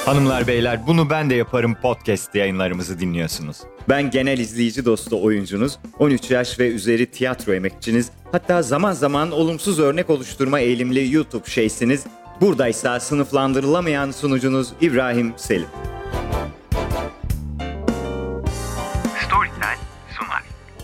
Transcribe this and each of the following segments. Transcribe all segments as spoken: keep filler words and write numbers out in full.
Hanımlar beyler, Bunu Ben De Yaparım podcast yayınlarımızı dinliyorsunuz. Ben genel izleyici dostu oyuncunuz, on üç yaş ve üzeri tiyatro emekçiniz, hatta zaman zaman olumsuz örnek oluşturma eğilimli YouTube şeysiniz. Buradaysa sınıflandırılamayan sunucunuz İbrahim Selim. Storytel sunar.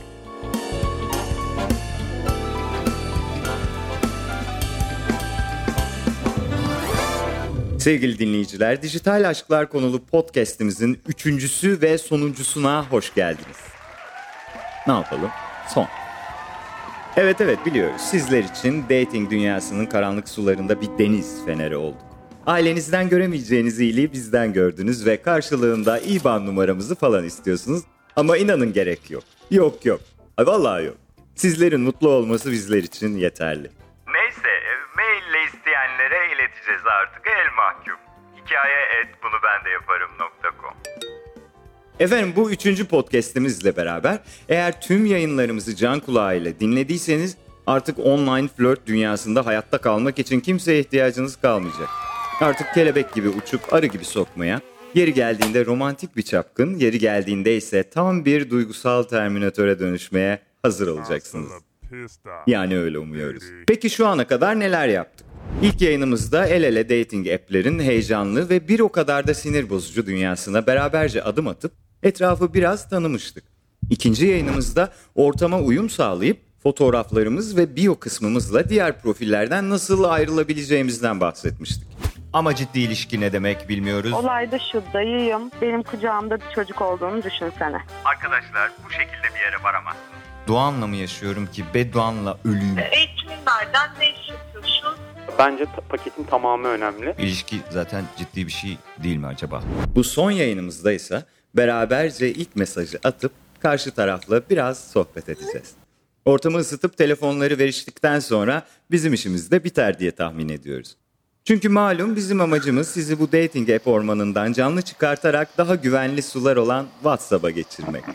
Sevgili dinleyiciler, Dijital Aşklar konulu podcast'imizin üçüncüsü ve sonuncusuna hoş geldiniz. Ne yapalım? Son. Evet evet biliyoruz, sizler için dating dünyasının karanlık sularında bir deniz feneri olduk. Ailenizden göremeyeceğiniz iyiliği bizden gördünüz ve karşılığında İ B A N numaramızı falan istiyorsunuz. Ama inanın gerek yok. Yok yok. Ay vallahi yok. Sizlerin mutlu olması bizler için yeterli. Neyse, maille isteyenlere ileteceğiz artık, el mahkum. Hikaye et bunu ben de yaparım nokta com. Efendim, bu üçüncü podcast'imizle beraber eğer tüm yayınlarımızı can kulağıyla dinlediyseniz artık online flört dünyasında hayatta kalmak için kimseye ihtiyacınız kalmayacak. Artık kelebek gibi uçup arı gibi sokmaya, yeri geldiğinde romantik bir çapkın, yeri geldiğinde ise tam bir duygusal terminatöre dönüşmeye hazır olacaksınız. Yani öyle umuyoruz. Peki şu ana kadar neler yaptık? İlk yayınımızda el ele dating app'lerin heyecanlı ve bir o kadar da sinir bozucu dünyasına beraberce adım atıp etrafı biraz tanımıştık. İkinci yayınımızda ortama uyum sağlayıp fotoğraflarımız ve bio kısmımızla diğer profillerden nasıl ayrılabileceğimizden bahsetmiştik. Ama ciddi ilişki ne demek bilmiyoruz. Olay da şu, dayıyım. Benim kucağımda bir çocuk olduğunu düşünsene. Arkadaşlar, bu şekilde bir yere varamazsınız. Doğan'la mı yaşıyorum ki Bedoğan'la ölüyüm? Eğitimin nereden ne iş yapıyorsun? Bence t- paketin tamamı önemli. İlişki zaten ciddi bir şey değil mi acaba? Bu son yayınımızda ise beraberce ilk mesajı atıp karşı tarafla biraz sohbet edeceğiz. Ortamı ısıtıp telefonları veriştikten sonra bizim işimiz de biter diye tahmin ediyoruz. Çünkü malum bizim amacımız sizi bu dating app ormanından canlı çıkartarak daha güvenli sular olan WhatsApp'a geçirmekti.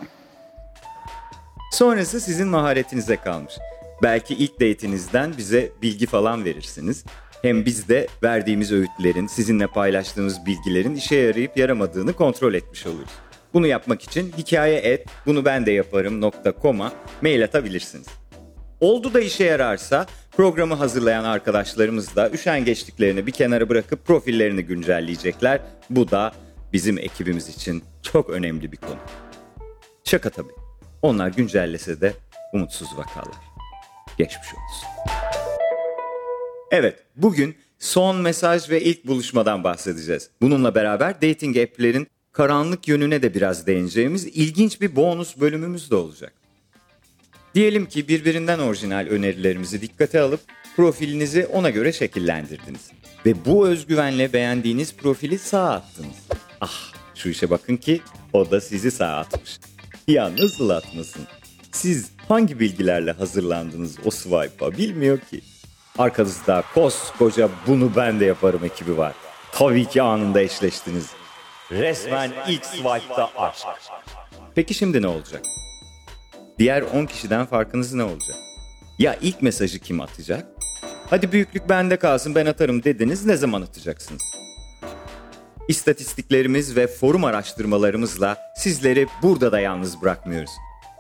Sonrası sizin maharetinize kalmış. Belki ilk date'inizden bize bilgi falan verirsiniz. Hem biz de verdiğimiz öğütlerin, sizinle paylaştığımız bilgilerin işe yarayıp yaramadığını kontrol etmiş oluruz. Bunu yapmak için hikaye et bunu ben de yaparım nokta com'a mail atabilirsiniz. Oldu da işe yararsa programı hazırlayan arkadaşlarımız da üşengeçliklerini bir kenara bırakıp profillerini güncelleyecekler. Bu da bizim ekibimiz için çok önemli bir konu. Şaka tabii. Onlar güncellese de umutsuz vakalar. Geçmiş olsun. Evet, bugün son mesaj ve ilk buluşmadan bahsedeceğiz. Bununla beraber dating app'lerin karanlık yönüne de biraz değineceğimiz ilginç bir bonus bölümümüz de olacak. Diyelim ki birbirinden orijinal önerilerimizi dikkate alıp profilinizi ona göre şekillendirdiniz. Ve bu özgüvenle beğendiğiniz profili sağa attınız. Ah, şu işe bakın ki o da sizi sağa atmış. Ya nasıl atmasın? Siz hangi bilgilerle hazırlandınız o swipe'a bilmiyor ki. Arkanızda koskoca Bunu Ben De Yaparım ekibi var. Tabii ki anında eşleştiniz. Resmen ilk swipe'da aşk. Peki şimdi ne olacak? Diğer on kişiden farkınız ne olacak? Ya ilk mesajı kim atacak? Hadi büyüklük bende kalsın ben atarım dediniz, ne zaman atacaksınız? İstatistiklerimiz ve forum araştırmalarımızla sizleri burada da yalnız bırakmıyoruz.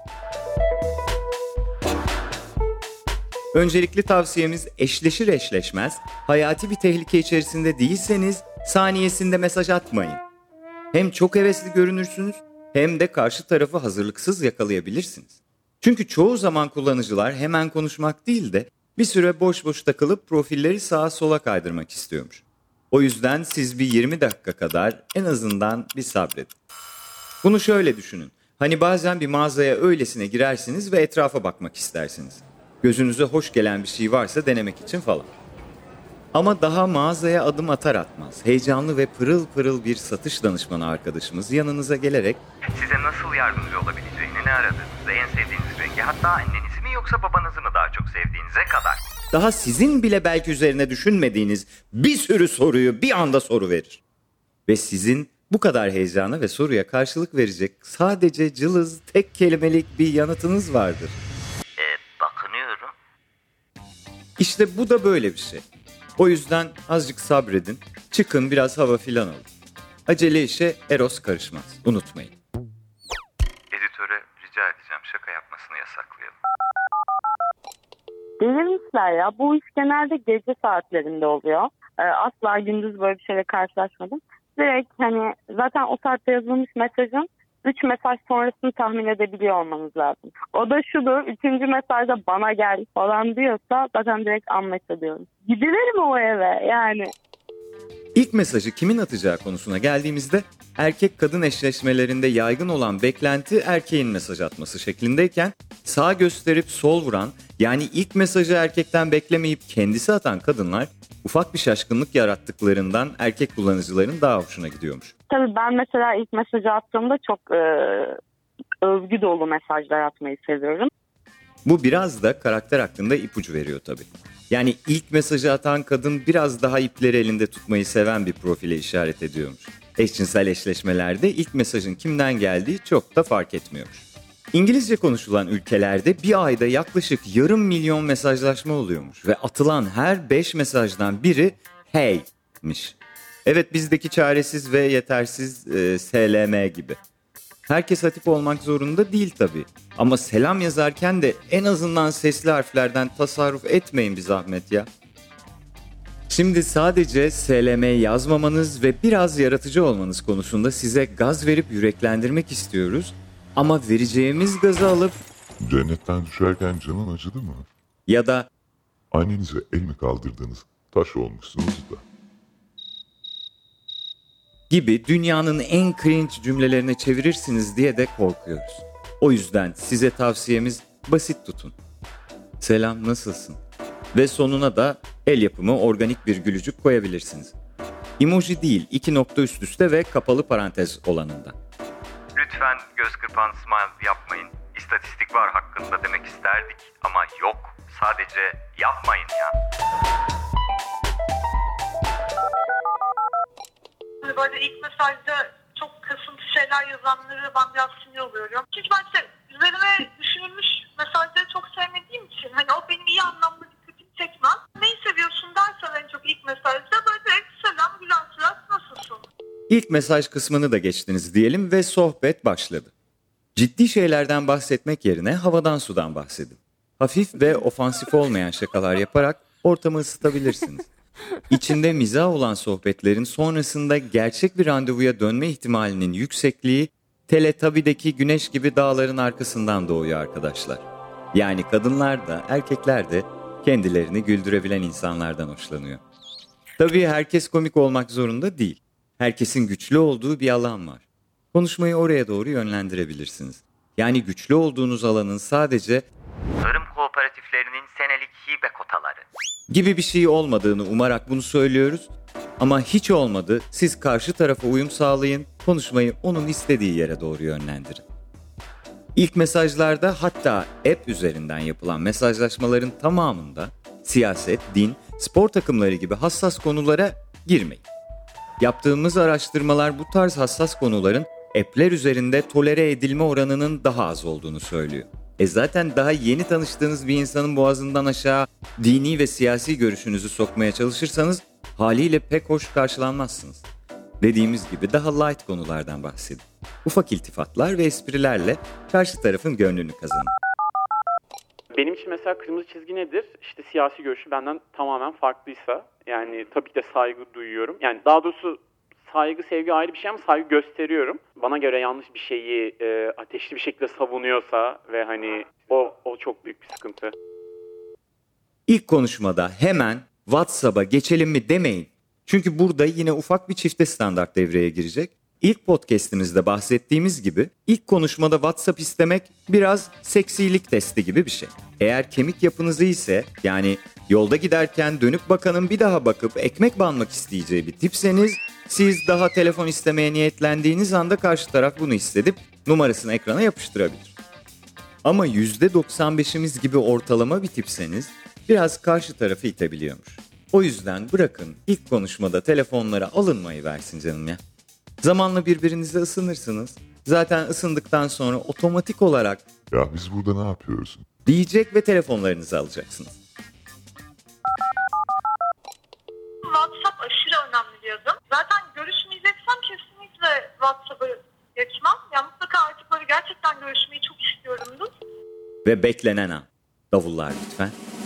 Öncelikli tavsiyemiz eşleşir eşleşmez, hayati bir tehlike içerisinde değilseniz saniyesinde mesaj atmayın. Hem çok hevesli görünürsünüz hem de karşı tarafı hazırlıksız yakalayabilirsiniz. Çünkü çoğu zaman kullanıcılar hemen konuşmak değil de bir süre boş boş takılıp profilleri sağa sola kaydırmak istiyormuş. O yüzden siz bir yirmi dakika kadar en azından bir sabredin. Bunu şöyle düşünün. Hani bazen bir mağazaya öylesine girersiniz ve etrafa bakmak istersiniz. Gözünüze hoş gelen bir şey varsa denemek için falan. Ama daha mağazaya adım atar atmaz heyecanlı ve pırıl pırıl bir satış danışmanı arkadaşımız yanınıza gelerek Size nasıl yardımcı olabileceğini, ne aradığınızı, en sevdiğiniz rengi, hatta annenizi mi yoksa babanızı mı daha çok sevdiğinize kadar. daha sizin bile belki üzerine düşünmediğiniz bir sürü soruyu bir anda soruverir. Ve sizin bu kadar heyecana ve soruya karşılık verecek sadece cılız tek kelimelik bir yanıtınız vardır. E, bakınıyorum. İşte bu da böyle bir şey. O yüzden azıcık sabredin, çıkın biraz hava filan alın. Acele işe Eros karışmaz. Unutmayın. Editöre rica edeceğim şaka yapmasını yasaklayalım. Delirmişler ya. Bu iş genelde gece saatlerinde oluyor. Ee, asla gündüz böyle bir şeyle karşılaşmadım. Direkt hani zaten o saatte yazılmış mesajın üç mesaj sonrasını tahmin edebiliyor olmanız lazım. O da şudur, üçüncü mesajda bana gel falan diyorsa zaten direkt anlaş ediyorum. Gidilir mi o eve yani? İlk mesajı kimin atacağı konusuna geldiğimizde erkek kadın eşleşmelerinde yaygın olan beklenti erkeğin mesaj atması şeklindeyken sağ gösterip sol vuran, yani ilk mesajı erkekten beklemeyip kendisi atan kadınlar ufak bir şaşkınlık yarattıklarından erkek kullanıcıların daha hoşuna gidiyormuş. Tabii ben mesela ilk mesajı attığımda çok e, övgü dolu mesajlar atmayı seviyorum. Bu biraz da karakter hakkında ipucu veriyor tabii. Yani ilk mesajı atan kadın biraz daha ipleri elinde tutmayı seven bir profile işaret ediyormuş. Eşcinsel eşleşmelerde ilk mesajın kimden geldiği çok da fark etmiyormuş. İngilizce konuşulan ülkelerde bir ayda yaklaşık yarım milyon mesajlaşma oluyormuş ve atılan her beş mesajdan biri hey'miş. Evet, bizdeki çaresiz ve yetersiz e, S L M gibi. Herkes hatip olmak zorunda değil tabii. Ama selam yazarken de en azından sesli harflerden tasarruf etmeyin bir zahmet ya. Şimdi sadece S L M yazmamanız ve biraz yaratıcı olmanız konusunda size gaz verip yüreklendirmek istiyoruz. Ama vereceğimiz gazı alıp Cennetten düşerken canın acıdı mı? ya da Annenize el mi kaldırdınız? Taş olmuşsunuz da. gibi dünyanın en cringe cümlelerine çevirirsiniz diye de korkuyoruz. O yüzden size tavsiyemiz basit tutun. Selam, nasılsın? Ve sonuna da el yapımı organik bir gülücük koyabilirsiniz. Emoji değil, iki nokta üst üste ve kapalı parantez olanında. Lütfen göz kırpan smile yapmayın. İstatistik var hakkında demek isterdik ama yok. Sadece yapmayın ya. Böyle ilk mesajda çok kasıntı şeyler yazanları ben biraz sinir oluyorum. Çünkü ben işte üzerine düşünülmüş mesajları çok sevmediğim için hani o benim iyi anlamda dikkatimi çekmez. Neyi seviyorsun dersen en çok ilk mesajda böyle direkt selam, gülen surat, nasılsın? İlk mesaj kısmını da geçtiniz diyelim ve sohbet başladı. Ciddi şeylerden bahsetmek yerine havadan sudan bahsedin. Hafif ve ofansif olmayan şakalar yaparak ortamı ısıtabilirsiniz. İçinde mizah olan sohbetlerin sonrasında gerçek bir randevuya dönme ihtimalinin yüksekliği Teletubby'deki güneş gibi dağların arkasından doğuyor arkadaşlar. Yani kadınlar da erkekler de kendilerini güldürebilen insanlardan hoşlanıyor. Tabii herkes komik olmak zorunda değil. Herkesin güçlü olduğu bir alan var. Konuşmayı oraya doğru yönlendirebilirsiniz. Yani güçlü olduğunuz alanın sadece Tarım kooperatiflerinin senelik hibe kotaları gibi bir şey olmadığını umarak bunu söylüyoruz. Ama hiç olmadı, siz karşı tarafa uyum sağlayın, konuşmayı onun istediği yere doğru yönlendirin. İlk mesajlarda, hatta app üzerinden yapılan mesajlaşmaların tamamında siyaset, din, spor takımları gibi hassas konulara girmeyin. Yaptığımız araştırmalar bu tarz hassas konuların app'ler üzerinde tolere edilme oranının daha az olduğunu söylüyor. E zaten daha yeni tanıştığınız bir insanın boğazından aşağı dini ve siyasi görüşünüzü sokmaya çalışırsanız haliyle pek hoş karşılanmazsınız. Dediğimiz gibi daha light konulardan bahsedin. Ufak iltifatlar ve esprilerle karşı tarafın gönlünü kazanın. Benim için mesela kırmızı çizgi nedir? İşte siyasi görüşü benden tamamen farklıysa, yani tabii ki de saygı duyuyorum. Yani daha doğrusu saygı, sevgi ayrı bir şey ama saygı gösteriyorum. Bana göre yanlış bir şeyi e, ateşli bir şekilde savunuyorsa ve hani o o çok büyük bir sıkıntı. İlk konuşmada hemen WhatsApp'a geçelim mi demeyin. Çünkü burada yine ufak bir çifte standart devreye girecek. İlk podcast'imizde bahsettiğimiz gibi ilk konuşmada WhatsApp istemek biraz seksilik testi gibi bir şey. Eğer kemik yapınız ise, yani yolda giderken dönüp bakanın bir daha bakıp ekmek banmak isteyeceği bir tipseniz, siz daha telefon istemeye niyetlendiğiniz anda karşı taraf bunu hissedip numarasını ekrana yapıştırabilir. Ama yüzde doksan beşimiz gibi ortalama bir tipseniz biraz karşı tarafı itebiliyormuş. O yüzden bırakın ilk konuşmada telefonlara alınmayı versin canım ya. Zamanla birbirinize ısınırsınız. Zaten ısındıktan sonra otomatik olarak Ya biz burada ne yapıyoruz? diyecek ve telefonlarınızı alacaksınız. WhatsApp aşırı önemli diyordum. Zaten görüşmeyeceksem kesinlikle de WhatsApp'a geçmem. Yani mutlaka artık böyle gerçekten görüşmeyi çok istiyorumdur. Ve beklenen an. Davullar lütfen.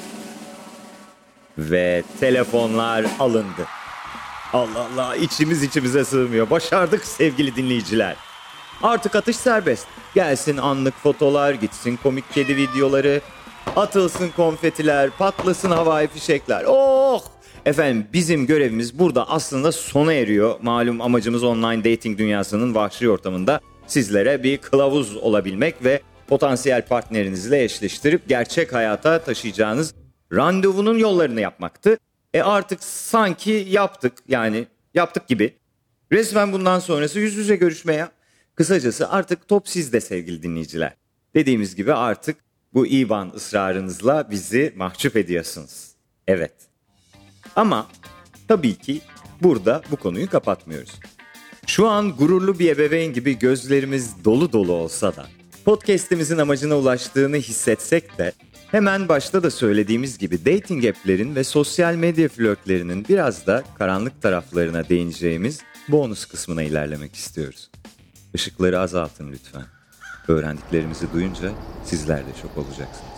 Ve telefonlar alındı. Allah Allah, içimiz içimize sığmıyor. Başardık sevgili dinleyiciler. Artık atış serbest. Gelsin anlık fotolar, gitsin komik kedi videoları, atılsın konfetiler, patlasın havai fişekler. Oh! Efendim, bizim görevimiz burada aslında sona eriyor. Malum amacımız online dating dünyasının vahşi ortamında sizlere bir kılavuz olabilmek ve potansiyel partnerinizle eşleştirip gerçek hayata taşıyacağınız randevunun yollarını yapmaktı. E artık sanki yaptık, yani yaptık gibi. Resmen bundan sonrası yüz yüze görüşmeye. Kısacası artık top sizde sevgili dinleyiciler. Dediğimiz gibi artık bu İ B A N ısrarınızla bizi mahcup ediyorsunuz. Evet. Ama tabii ki burada bu konuyu kapatmıyoruz. Şu an gururlu bir ebeveyn gibi gözlerimiz dolu dolu olsa da podcast'imizin amacına ulaştığını hissetsek de hemen başta da söylediğimiz gibi dating app'lerin ve sosyal medya flörtlerinin biraz da karanlık taraflarına değineceğimiz bonus kısmına ilerlemek istiyoruz. Işıkları azaltın lütfen. Öğrendiklerimizi duyunca sizler de şok olacaksınız.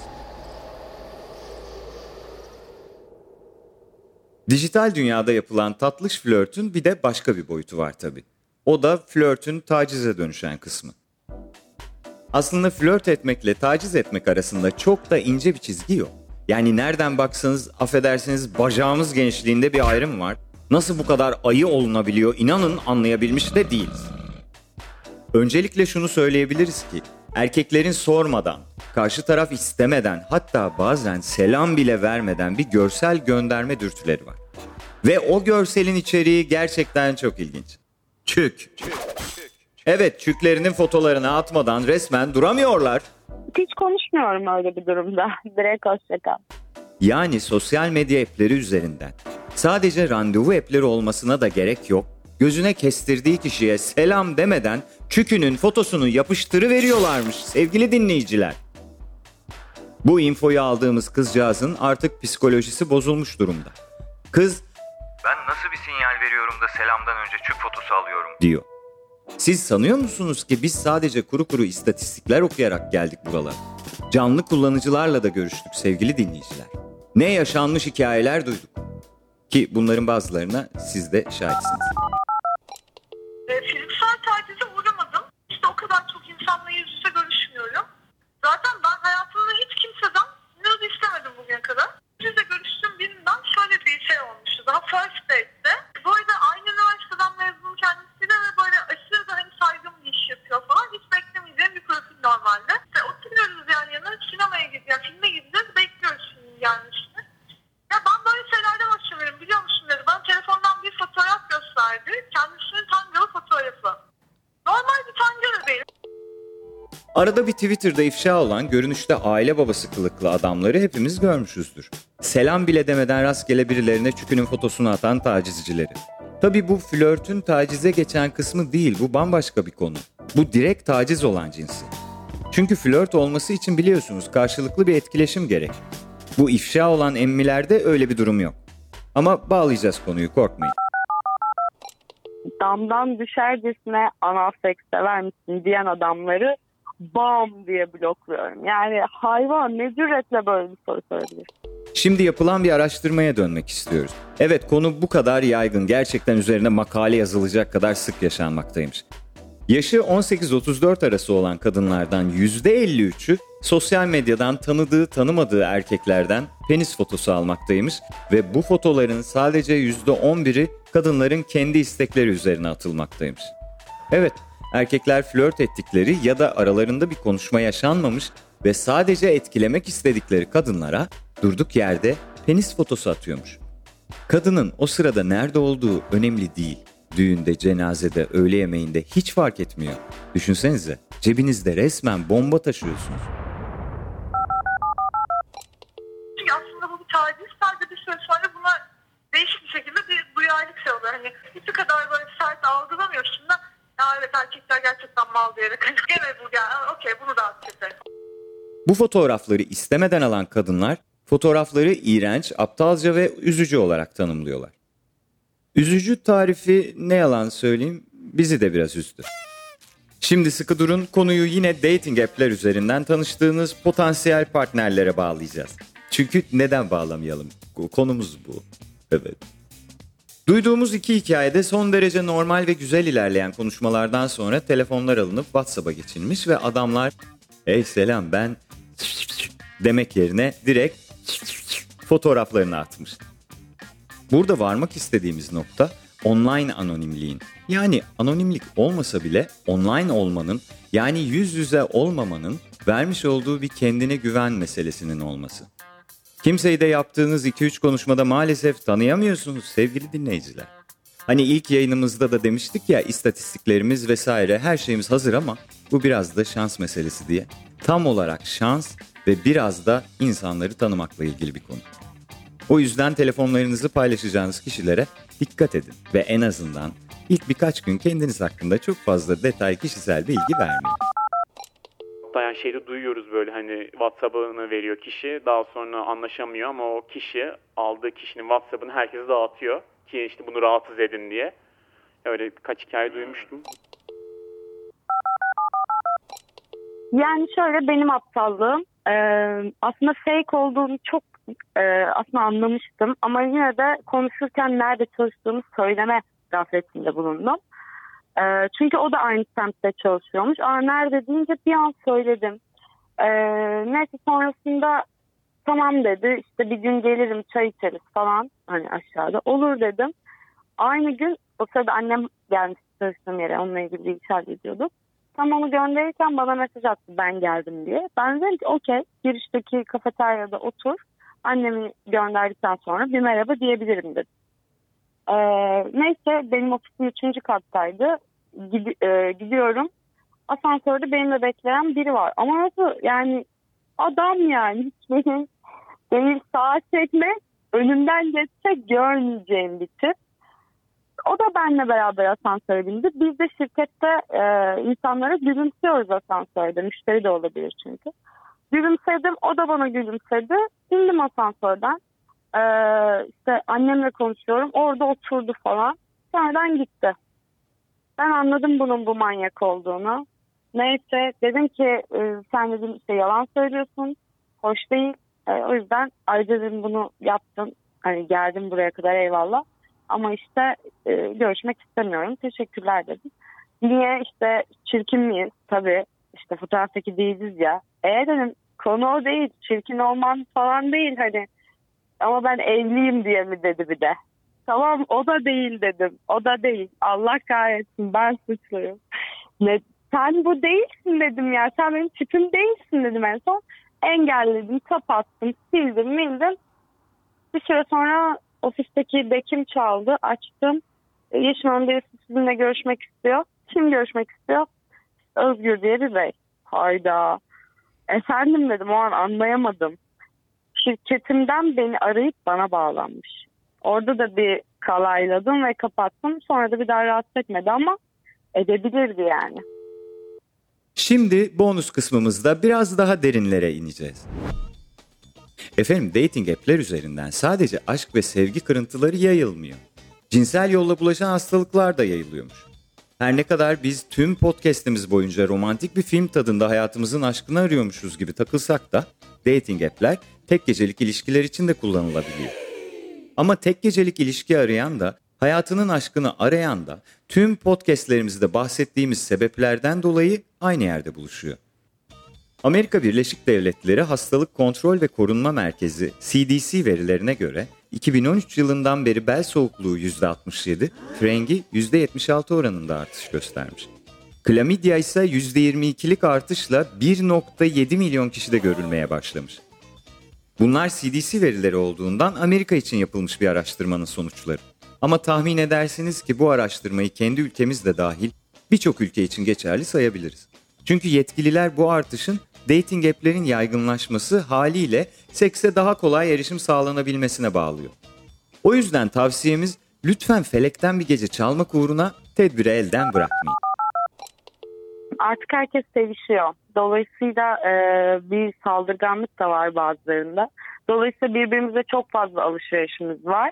Dijital dünyada yapılan tatlış flörtün bir de başka bir boyutu var tabii. O da flörtün tacize dönüşen kısmı. Aslında flört etmekle taciz etmek arasında çok da ince bir çizgi yok. Yani nereden baksanız affedersiniz bacağımız genişliğinde bir ayrım var. Nasıl bu kadar ayı olunabiliyor inanın anlayabilmiş de değiliz. Öncelikle şunu söyleyebiliriz ki erkeklerin sormadan, karşı taraf istemeden, hatta bazen selam bile vermeden bir görsel gönderme dürtüleri var. Ve o görselin içeriği gerçekten çok ilginç. Çük. Evet, çüklerinin fotolarını atmadan resmen duramıyorlar. Hiç konuşmuyorum öyle bir durumda. Direkt hoşça kal. Yani sosyal medya app'leri üzerinden sadece randevu app'leri olmasına da gerek yok. Gözüne kestirdiği kişiye selam demeden çükünün fotosunu yapıştırıveriyorlarmış sevgili dinleyiciler. Bu infoyu aldığımız kızcağızın artık psikolojisi bozulmuş durumda. Kız, Ben nasıl bir sinyal veriyorum da selamdan önce çük fotosu alıyorum? diyor. Siz sanıyor musunuz ki biz sadece kuru kuru istatistikler okuyarak geldik buralara? Canlı kullanıcılarla da görüştük sevgili dinleyiciler. Ne yaşanmış hikayeler duyduk. Ki bunların bazılarına siz de şahitsiniz. E, fiziksel tacize uğramadım. İşte o kadar çok insanla yüz yüze görüşmüyorum. Zaten ben hayatımda hiç kimseden nude istemedim bugüne kadar. Yüz yüze görüştüğüm birinden şöyle bir şey olmuştu. Daha first date'te. Bu arada aynı üniversiteden mezun kendisiyle ve böyle aşırı da hani saygın bir iş yapıyor falan. Hiç beklemeyeceğim bir profil normalde. İşte oturuyoruz yan yana sinemaya gidiyoruz. Yani filme gideceğiz, bekliyoruz filmin gelmesini. Ya ben böyle şeylerden hoşlanıyorum biliyor musun dedi. Bana telefondan bir fotoğraf gösterdi. Kendisinin tangalı fotoğrafı. Normal bir tangala değil. Arada bir Twitter'da ifşa olan görünüşte aile babası kılıklı adamları hepimiz görmüşüzdür. Selam bile demeden rastgele birilerine çükünün fotosunu atan tacizcileri. Tabii bu flörtün tacize geçen kısmı değil, bu bambaşka bir konu. Bu direkt taciz olan cinsi. Çünkü flört olması için biliyorsunuz karşılıklı bir etkileşim gerek. Bu ifşa olan emmilerde öyle bir durum yok. Ama bağlayacağız konuyu, korkmayın. Damdan düşercesine anal seks sever misin diyen adamları bam diye blokluyorum. Yani hayvan ne cüretle böyle bir soru sorabilir? Şimdi yapılan bir araştırmaya dönmek istiyoruz. Evet, konu bu kadar yaygın, gerçekten üzerine makale yazılacak kadar sık yaşanmaktaymış. Yaşı on sekiz otuz dört arası olan kadınlardan yüzde elli üçü sosyal medyadan tanıdığı tanımadığı erkeklerden penis fotosu almaktaymış ve bu fotoların sadece yüzde on biri kadınların kendi istekleri üzerine atılmaktaymış. Evet, erkekler flört ettikleri ya da aralarında bir konuşma yaşanmamış ve sadece etkilemek istedikleri kadınlara durduk yerde penis fotosu atıyormuş. Kadının o sırada nerede olduğu önemli değil. Düğünde, cenazede, öğle yemeğinde hiç fark etmiyor. Düşünsenize, cebinizde resmen bomba taşıyorsunuz. Çünkü aslında bu bir taciz. Sadece bir süre sonra buna değişik bir şekilde bir duyarlılık şey oluyor. Hani hiçbir kadar böyle sert algılamıyorsun da ya evet erkekler gerçekten mal diyerek hani gene bu gel okey bunu da atacağız. Bu fotoğrafları istemeden alan kadınlar fotoğrafları iğrenç, aptalca ve üzücü olarak tanımlıyorlar. Üzücü tarifi ne yalan söyleyeyim bizi de biraz üzdü. Şimdi sıkı durun, konuyu yine dating app'ler üzerinden tanıştığınız potansiyel partnerlere bağlayacağız. Çünkü neden bağlamayalım? Konumuz bu. Evet. Duyduğumuz iki hikayede son derece normal ve güzel ilerleyen konuşmalardan sonra telefonlar alınıp WhatsApp'a geçilmiş ve adamlar "Hey selam ben" demek yerine direkt fotoğraflarını atmış. Burada varmak istediğimiz nokta online anonimliğin. Yani anonimlik olmasa bile online olmanın, yani yüz yüze olmamanın vermiş olduğu bir kendine güven meselesinin olması. Kimseyi de yaptığınız iki üç konuşmada maalesef tanıyamıyorsunuz sevgili dinleyiciler. Hani ilk yayınımızda da demiştik ya, istatistiklerimiz vesaire her şeyimiz hazır ama bu biraz da şans meselesi diye. Tam olarak şans ve biraz da insanları tanımakla ilgili bir konu. O yüzden telefonlarınızı paylaşacağınız kişilere dikkat edin ve en azından ilk birkaç gün kendiniz hakkında çok fazla detay, kişisel bilgi vermeyin. Yani şeyde duyuyoruz böyle, hani WhatsApp'ını veriyor kişi, daha sonra anlaşamıyor ama o kişi aldığı kişinin WhatsApp'ını herkese dağıtıyor ki işte bunu rahatsız edin diye. Öyle birkaç hikaye duymuştum. Yani şöyle, benim aptallığım e, aslında fake olduğunu çok e, aslında anlamıştım ama yine de konuşurken nerede çalıştığımı söyleme gafletinde bulundum. E, çünkü o da aynı semtte çalışıyormuş. Aa, nerede deyince bir an söyledim. E, neyse sonrasında tamam dedi, işte bir gün gelirim çay içeriz falan, hani aşağıda olur dedim. Aynı gün o sırada annem gelmiş çalıştığım yere, onunla ilgili bir iş hallediyorduk. Tam onu gönderirken bana mesaj attı ben geldim diye. Ben dedim ki okey, girişteki kafeteryada otur. Annemi gönderdikten sonra bir merhaba diyebilirim dedim. Ee, neyse benim ofisim üçüncü kattaydı. Gid- e, gidiyorum. Asansörde benimle bekleyen biri var. Ama nasıl yani, adam yani. Hiç benim değil, sağa çekme, önümden geçse görmeyeceğim bir tip. O da benimle beraber asansöre bindi. Biz de şirkette e, insanlara gülümsüyoruz asansörde. Müşteri de olabilir çünkü. Gülümsedim, o da bana gülümsedi. İndim asansörden. E, işte annemle konuşuyorum. Orada oturdu falan. Sonradan gitti. Ben anladım bunun bu manyak olduğunu. Neyse dedim ki e, sen dedim işte yalan söylüyorsun. Hoş değil. E, o yüzden ayrıca dedim bunu yaptın. Hani geldim buraya kadar, eyvallah. Ama işte e, görüşmek istemiyorum. Teşekkürler dedim. Niye? İşte çirkin miyiz? Tabii işte fotoğraftaki değiliz ya. E dedim konu o değil. Çirkin olman falan değil hani. Ama ben evliyim diye mi dedi bir de. Tamam o da değil dedim. O da değil. Allah kahretsin, ben suçluyum. Ne, sen bu değilsin dedim ya. Sen benim tipim değilsin dedim en son. Engelledim, kapattım, sildim, mildim. Bir süre sonra ofisteki bekim çaldı. Açtım. Yeşim Hanım birisi sizinle görüşmek istiyor. Kim görüşmek istiyor? Özgür diye bir bey. Hayda. Efendim dedim, o an anlayamadım. Şirketimden beni arayıp bana bağlanmış. Orada da bir kalayladım ve kapattım. Sonra da bir daha rahatsız etmedi ama edebilirdi yani. Şimdi bonus kısmımızda biraz daha derinlere ineceğiz. Efendim, dating app'ler üzerinden sadece aşk ve sevgi kırıntıları yayılmıyor. Cinsel yolla bulaşan hastalıklar da yayılıyormuş. Her ne kadar biz tüm podcast'imiz boyunca romantik bir film tadında hayatımızın aşkını arıyormuşuz gibi takılsak da dating app'ler tek gecelik ilişkiler için de kullanılabiliyor. Ama tek gecelik ilişki arayan da, hayatının aşkını arayan da tüm podcast'lerimizde bahsettiğimiz sebeplerden dolayı aynı yerde buluşuyor. Amerika Birleşik Devletleri Hastalık Kontrol ve Korunma Merkezi C D C verilerine göre iki bin on üç yılından beri bel soğukluğu yüzde altmış yedi, frengi yüzde yetmiş altı oranında artış göstermiş. Klamidya ise yüzde yirmi ikilik artışla bir virgül yedi milyon kişide görülmeye başlamış. Bunlar C D C verileri olduğundan Amerika için yapılmış bir araştırmanın sonuçları. Ama tahmin edersiniz ki bu araştırmayı kendi ülkemiz de dahil birçok ülke için geçerli sayabiliriz. Çünkü yetkililer bu artışın dating app'lerin yaygınlaşması haliyle sekse daha kolay erişim sağlanabilmesine bağlıyor. O yüzden tavsiyemiz, lütfen felekten bir gece çalmak uğruna tedbiri elden bırakmayın. Artık herkes sevişiyor. Dolayısıyla e, bir saldırganlık da var bazılarında. Dolayısıyla birbirimize çok fazla alışverişimiz var.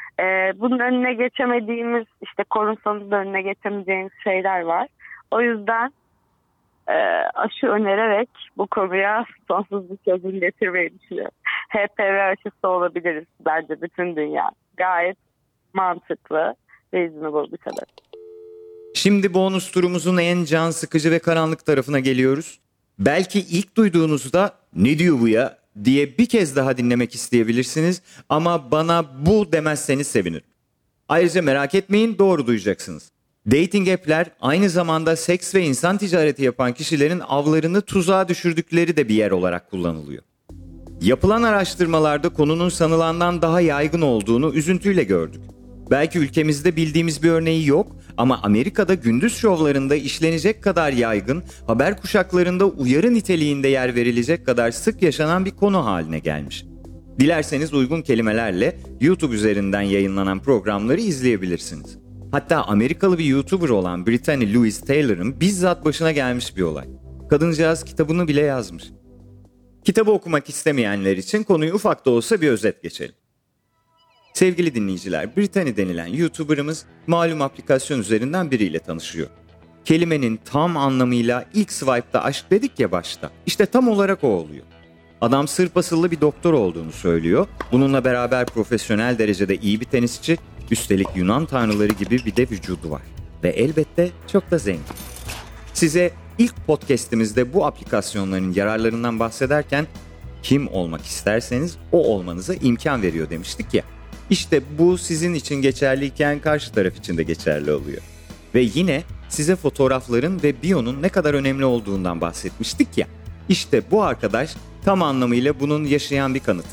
E, bunun önüne geçemediğimiz, işte korunsanız da önüne geçemeyeceğimiz şeyler var. O yüzden e, aşı önererek bu konuya sonsuz bir çözüm getirmeyi düşünüyorum. H P V aşısı olabiliriz bence bütün dünya. Gayet mantıklı, reasonable bir sebep. Şimdi bonus turumuzun en can sıkıcı ve karanlık tarafına geliyoruz. Belki ilk duyduğunuzda ne diyor bu ya diye bir kez daha dinlemek isteyebilirsiniz ama bana bu demezseniz sevinirim. Ayrıca merak etmeyin, doğru duyacaksınız. Dating app'ler aynı zamanda seks ve insan ticareti yapan kişilerin avlarını tuzağa düşürdükleri de bir yer olarak kullanılıyor. Yapılan araştırmalarda konunun sanılandan daha yaygın olduğunu üzüntüyle gördük. Belki ülkemizde bildiğimiz bir örneği yok ama Amerika'da gündüz şovlarında işlenecek kadar yaygın, haber kuşaklarında uyarı niteliğinde yer verilecek kadar sık yaşanan bir konu haline gelmiş. Dilerseniz uygun kelimelerle YouTube üzerinden yayınlanan programları izleyebilirsiniz. Hatta Amerikalı bir YouTuber olan Brittany Louise Taylor'ın bizzat başına gelmiş bir olay. Kadıncağız kitabını bile yazmış. Kitabı okumak istemeyenler için konuyu ufak da olsa bir özet geçelim. Sevgili dinleyiciler, Brittany denilen YouTuber'ımız malum aplikasyon üzerinden biriyle tanışıyor. Kelimenin tam anlamıyla ilk swipe'da aşk dedik ya başta. İşte tam olarak o oluyor. Adam sırp asıllı bir doktor olduğunu söylüyor. Bununla beraber profesyonel derecede iyi bir tenisçi, üstelik Yunan tanrıları gibi bir de vücudu var. Ve elbette çok da zengin. Size ilk podcast'imizde bu aplikasyonların yararlarından bahsederken kim olmak isterseniz o olmanıza imkan veriyor demiştik ya. İşte bu sizin için geçerliyken karşı taraf için de geçerli oluyor. Ve yine size fotoğrafların ve biyonun ne kadar önemli olduğundan bahsetmiştik ya. İşte bu arkadaş tam anlamıyla bunun yaşayan bir kanıtı.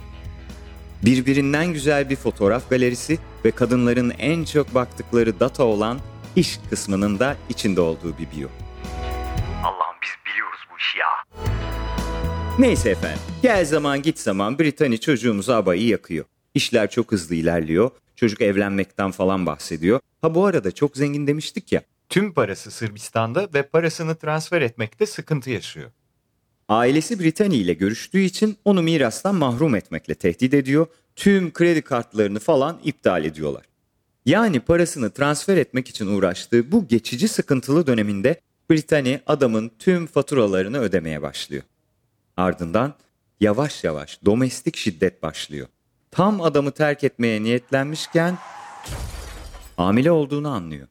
Birbirinden güzel bir fotoğraf galerisi ve kadınların en çok baktıkları data olan iş kısmının da içinde olduğu bir biyo. Allah'ım biz biliyoruz bu işi ya. Neyse efendim, gel zaman git zaman Brittany çocuğumuza abayı yakıyor. İşler çok hızlı ilerliyor, çocuk evlenmekten falan bahsediyor. Ha bu arada çok zengin demiştik ya, tüm parası Sırbistan'da ve parasını transfer etmekte sıkıntı yaşıyor. Ailesi Brittany ile görüştüğü için onu mirastan mahrum etmekle tehdit ediyor, tüm kredi kartlarını falan iptal ediyorlar. Yani parasını transfer etmek için uğraştığı bu geçici sıkıntılı döneminde Brittany adamın tüm faturalarını ödemeye başlıyor. Ardından yavaş yavaş domestik şiddet başlıyor. Tam adamı terk etmeye niyetlenmişken hamile olduğunu anlıyor.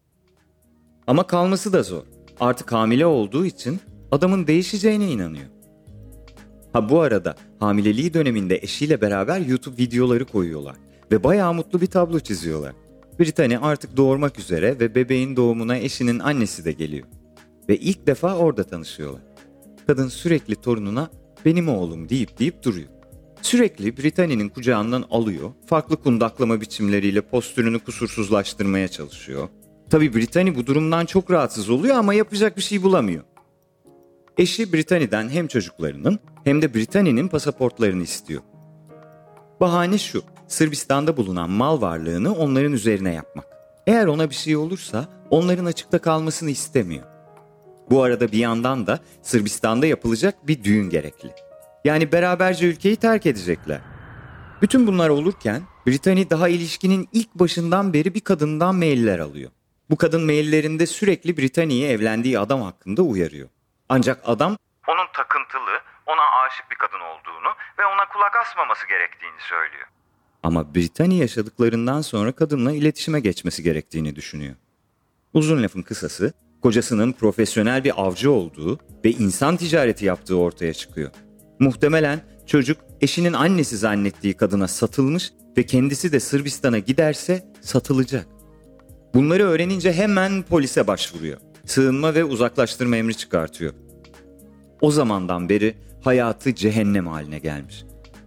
Ama kalması da zor. Artık hamile olduğu için adamın değişeceğine inanıyor. Ha bu arada hamileliği döneminde eşiyle beraber YouTube videoları koyuyorlar ve bayağı mutlu bir tablo çiziyorlar. Brittany artık doğurmak üzere ve bebeğin doğumuna eşinin annesi de geliyor. Ve ilk defa orada tanışıyorlar. Kadın sürekli torununa benim oğlum deyip deyip duruyor. Sürekli Brittany'nin kucağından alıyor, farklı kundaklama biçimleriyle postürünü kusursuzlaştırmaya çalışıyor. Tabii Brittany bu durumdan çok rahatsız oluyor ama yapacak bir şey bulamıyor. Eşi Brittany'den hem çocuklarının hem de Brittany'nin pasaportlarını istiyor. Bahane şu, Sırbistan'da bulunan mal varlığını onların üzerine yapmak. Eğer ona bir şey olursa onların açıkta kalmasını istemiyor. Bu arada bir yandan da Sırbistan'da yapılacak bir düğün gerekli. Yani beraberce ülkeyi terk edecekler. Bütün bunlar olurken Brittany daha ilişkinin ilk başından beri bir kadından mailler alıyor. Bu kadın maillerinde sürekli Brittany'yi evlendiği adam hakkında uyarıyor. Ancak adam Onun takıntılı, ona aşık bir kadın olduğunu ve ona kulak asmaması gerektiğini söylüyor. ama Brittany yaşadıklarından sonra kadınla iletişime geçmesi gerektiğini düşünüyor. Uzun lafın kısası, kocasının profesyonel bir avcı olduğu ve insan ticareti yaptığı ortaya çıkıyor. Muhtemelen çocuk eşinin annesi zannettiği kadına satılmış ve kendisi de Sırbistan'a giderse satılacak. Bunları öğrenince hemen polise başvuruyor. Sığınma ve uzaklaştırma emri çıkartıyor. O zamandan beri hayatı cehennem haline gelmiş.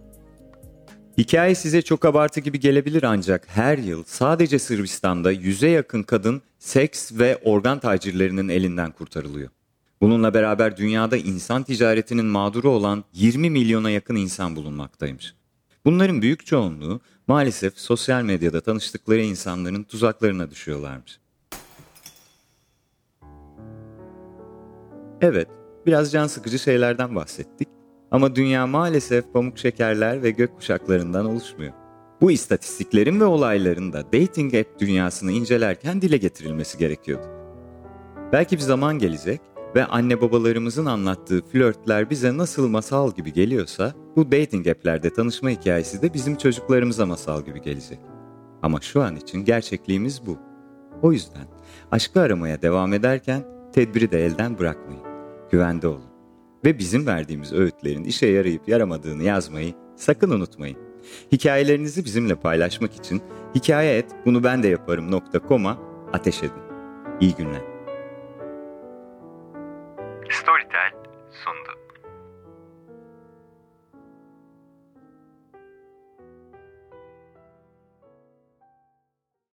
Hikaye size çok abartı gibi gelebilir ancak her yıl sadece Sırbistan'da yüze yakın kadın seks ve organ tacirlerinin elinden kurtarılıyor. Bununla beraber dünyada insan ticaretinin mağduru olan yirmi milyona yakın insan bulunmaktaymış. Bunların büyük çoğunluğu maalesef sosyal medyada tanıştıkları insanların tuzaklarına düşüyorlarmış. Evet, biraz can sıkıcı şeylerden bahsettik ama dünya maalesef pamuk şekerler ve gökkuşaklarından oluşmuyor. Bu istatistiklerin ve olayların da dating app dünyasını incelerken dile getirilmesi gerekiyordu. Belki bir zaman gelecek ve anne babalarımızın anlattığı flörtler bize nasıl masal gibi geliyorsa, bu dating app'lerde tanışma hikayesi de bizim çocuklarımıza masal gibi gelecek. Ama şu an için gerçekliğimiz bu. O yüzden aşkı aramaya devam ederken tedbiri de elden bırakmayın. Güvende olun. Ve bizim verdiğimiz öğütlerin işe yarayıp yaramadığını yazmayı sakın unutmayın. Hikayelerinizi bizimle paylaşmak için hikaye et bunu ben de yaparım nokta com'a ateş edin. İyi günler. Storytel sundu.